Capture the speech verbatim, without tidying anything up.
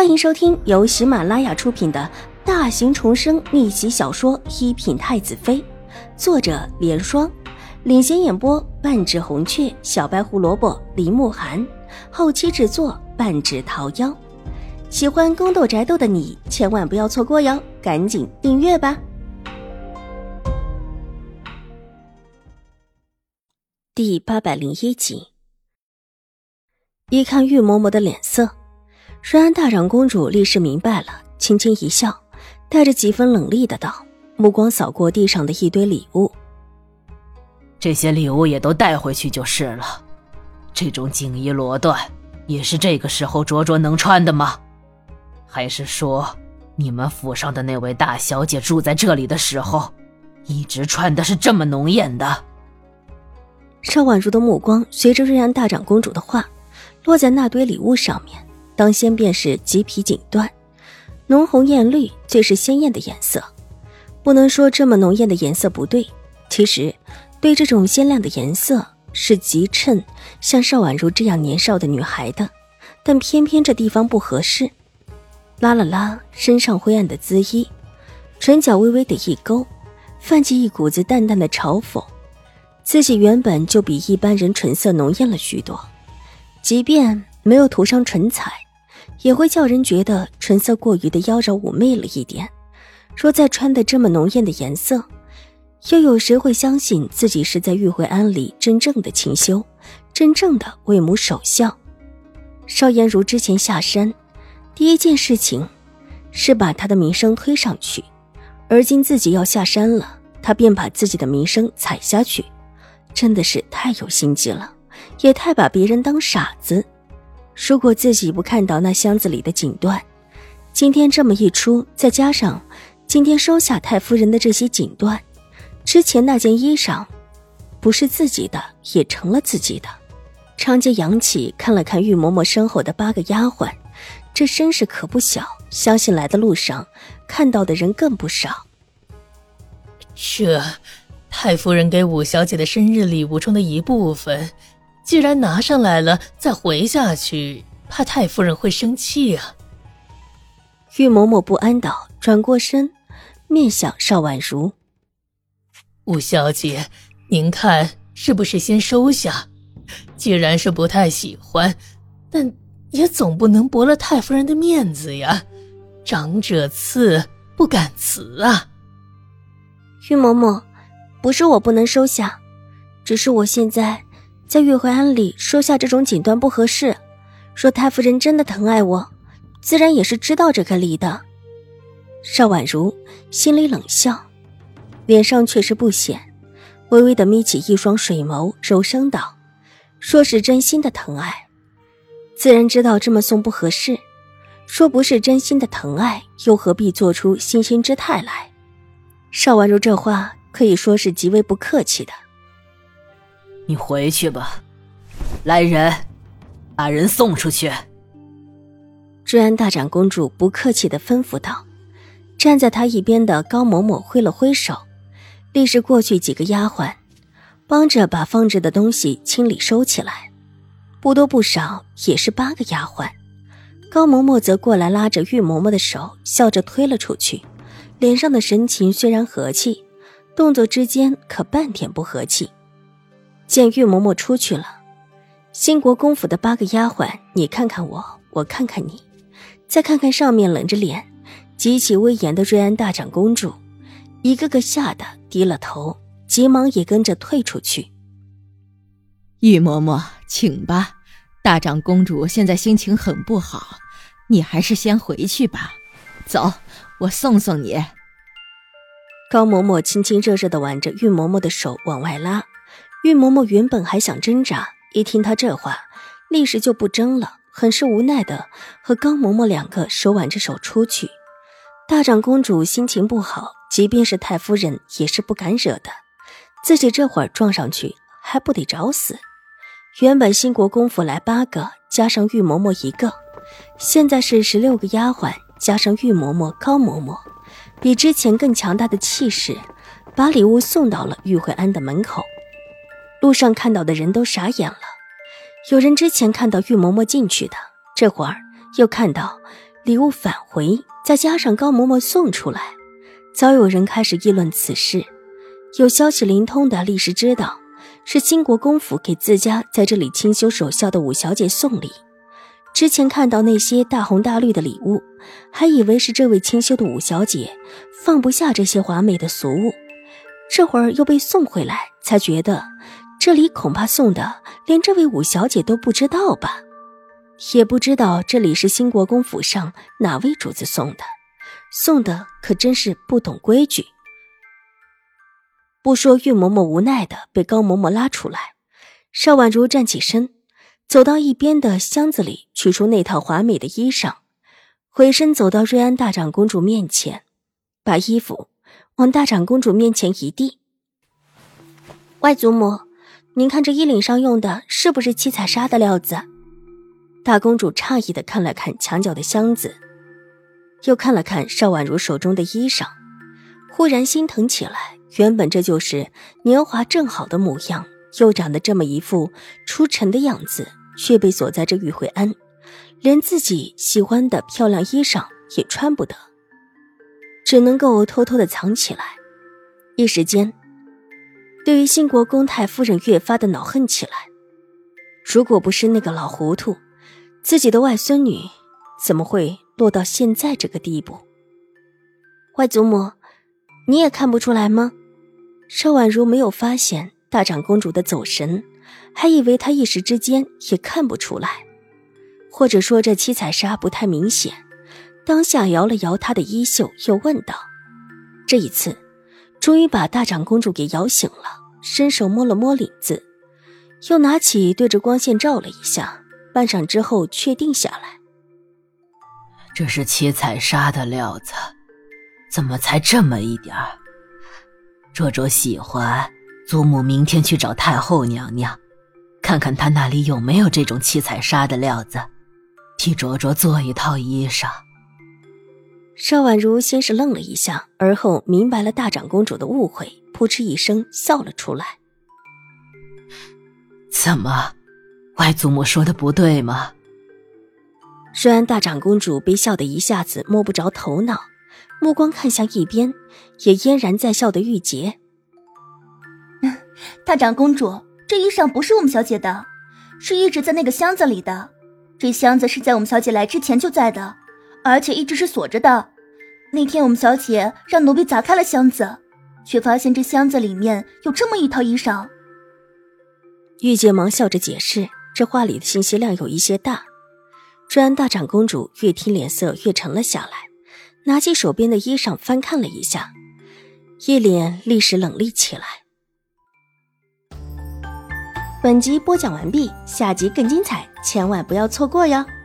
欢迎收听由喜马拉雅出品的大型重生逆袭小说《一品太子妃》，作者莲霜，领衔演播半指红雀、小白胡萝卜、林慕寒，后期制作半指桃夭。喜欢宫斗宅斗的你千万不要错过哟，赶紧订阅吧。第八百零一集。一看玉嬷嬷的脸色，瑞安大长公主立时明白了，轻轻一笑，带着几分冷厉的道，目光扫过地上的一堆礼物。 这些礼物也都带回去就是了。这种锦衣罗缎也是这个时候灼灼能穿的吗？还是说你们府上的那位大小姐住在这里的时候一直穿的是这么浓艳的？ 邵婉如的目光随着瑞安大长公主的话落在那堆礼物上面，当先便是几匹锦缎，浓红艳绿最是鲜艳的颜色。不能说这么浓艳的颜色不对，其实对这种鲜亮的颜色是极衬像邵婉如这样年少的女孩的，但偏偏这地方不合适。拉了拉身上灰暗的姿衣，唇角微微的一勾，泛起一股子淡淡的嘲讽。自己原本就比一般人唇色浓艳了许多，即便没有涂上唇彩，也会叫人觉得唇色过于的妖娆妩媚了一点。若再穿得这么浓艳的颜色，又有谁会相信自己是在玉回庵里真正的清修，真正的为母守孝？邵颜如之前下山第一件事情是把她的名声推上去，而今自己要下山了，她便把自己的名声踩下去，真的是太有心机了，也太把别人当傻子。如果自己不看到那箱子里的锦缎，今天这么一出，再加上今天收下太夫人的这些锦缎，之前那件衣裳不是自己的也成了自己的。长睫扬起看了看玉嬷嬷身后的八个丫鬟，这身世可不小，相信来的路上看到的人更不少。 这太夫人给五小姐的生日礼物中的一部分，既然拿上来了再回下去，怕太夫人会生气啊。 玉嬷嬷不安道，转过身面向邵婉如， 五小姐，您看是不是先收下？既然是不太喜欢，但也总不能驳了太夫人的面子呀，长者赐不敢辞啊。 玉嬷嬷，不是我不能收下，只是我现在在玉回庵里收下这种锦缎不合适，若太夫人真的疼爱我，自然也是知道这个理的。邵婉如心里冷笑，脸上却是不显，微微地眯起一双水眸，柔声道，说是真心的疼爱，自然知道这么送不合适，说不是真心的疼爱，又何必做出惺惺之态来？邵婉如这话可以说是极为不客气的。 你回去吧，来人，把人送出去。 瑞安大长公主不客气地吩咐道。站在她一边的高嬷嬷挥了挥手，立时过去几个丫鬟帮着把放着的东西清理收起来，不多不少也是八个丫鬟。高嬷嬷则过来拉着玉嬷嬷的手，笑着推了出去，脸上的神情虽然和气，动作之间可半点不和气。见玉嬷嬷出去了，兴国公府的八个丫鬟，你看看我，我看看你，再看看上面冷着脸极其威严的瑞安大长公主，一个个吓得低了头，急忙也跟着退出去。 玉嬷嬷，请吧，大长公主现在心情很不好，你还是先回去吧。走，我送送你。 高嬷嬷亲亲热热地挽着玉嬷嬷的手往外拉，玉嬷嬷原本还想挣扎，一听她这话，立时就不争了，很是无奈的和高嬷嬷两个手挽着手出去。大长公主心情不好，即便是太夫人也是不敢惹的，自己这会儿撞上去还不得找死。原本兴国公府来八个，加上玉嬷嬷一个，现在是十六个丫鬟加上玉嬷嬷、高嬷嬷，比之前更强大的气势，把礼物送到了玉回庵的门口。路上看到的人都傻眼了，有人之前看到玉嬷嬷进去的，这会儿又看到礼物返回，再加上高嬷嬷送出来，早有人开始议论此事。有消息灵通的立时知道是兴国公府给自家在这里清修守孝的五小姐送礼。之前看到那些大红大绿的礼物，还以为是这位清修的五小姐放不下这些华美的俗物，这会儿又被送回来，才觉得这里恐怕送的连这位五小姐都不知道吧。也不知道这里是兴国公府上哪位主子送的，送的可真是不懂规矩。不说玉嬷嬷无奈的被高嬷嬷拉出来，邵婉如站起身，走到一边的箱子里取出那套华美的衣裳，回身走到瑞安大长公主面前，把衣服往大长公主面前一递。外祖母，您看这衣领上用的是不是七彩纱的料子？大公主诧异地看了看墙角的箱子，又看了看邵婉如手中的衣裳，忽然心疼起来。原本这就是年华正好的模样，又长得这么一副出尘的样子，却被锁在这玉慧庵，连自己喜欢的漂亮衣裳也穿不得，只能够偷偷地藏起来。一时间，对于兴国公太夫人越发的恼恨起来。如果不是那个老糊涂，自己的外孙女怎么会落到现在这个地步？外祖母，你也看不出来吗？邵婉如没有发现大长公主的走神，还以为她一时之间也看不出来，或者说这七彩纱不太明显。当下摇了摇她的衣袖，又问道。这一次终于把大长公主给摇醒了，伸手摸了摸领子，又拿起对着光线照了一下，半晌之后确定下来。 这是七彩纱的料子，怎么才这么一点儿？卓卓喜欢，祖母明天去找太后娘娘，看看她那里有没有这种七彩纱的料子，替卓卓做一套衣裳。 邵婉如先是愣了一下，而后明白了大长公主的误会，扑哧一声笑了出来。 怎么，外祖母说的不对吗？ 虽然大长公主被笑得一下子摸不着头脑，目光看向一边也嫣然在笑的玉洁。 大长公主，这衣裳不是我们小姐的，是一直在那个箱子里的。这箱子是在我们小姐来之前就在的，而且一直是锁着的。那天我们小姐让奴婢砸开了箱子，却发现这箱子里面有这么一套衣裳。 玉洁忙笑着解释，这话里的信息量有一些大。虽然大长公主越听脸色越沉了下来，拿起手边的衣裳翻看了一下，一脸立时冷厉起来。本集播讲完毕，下集更精彩，千万不要错过哟。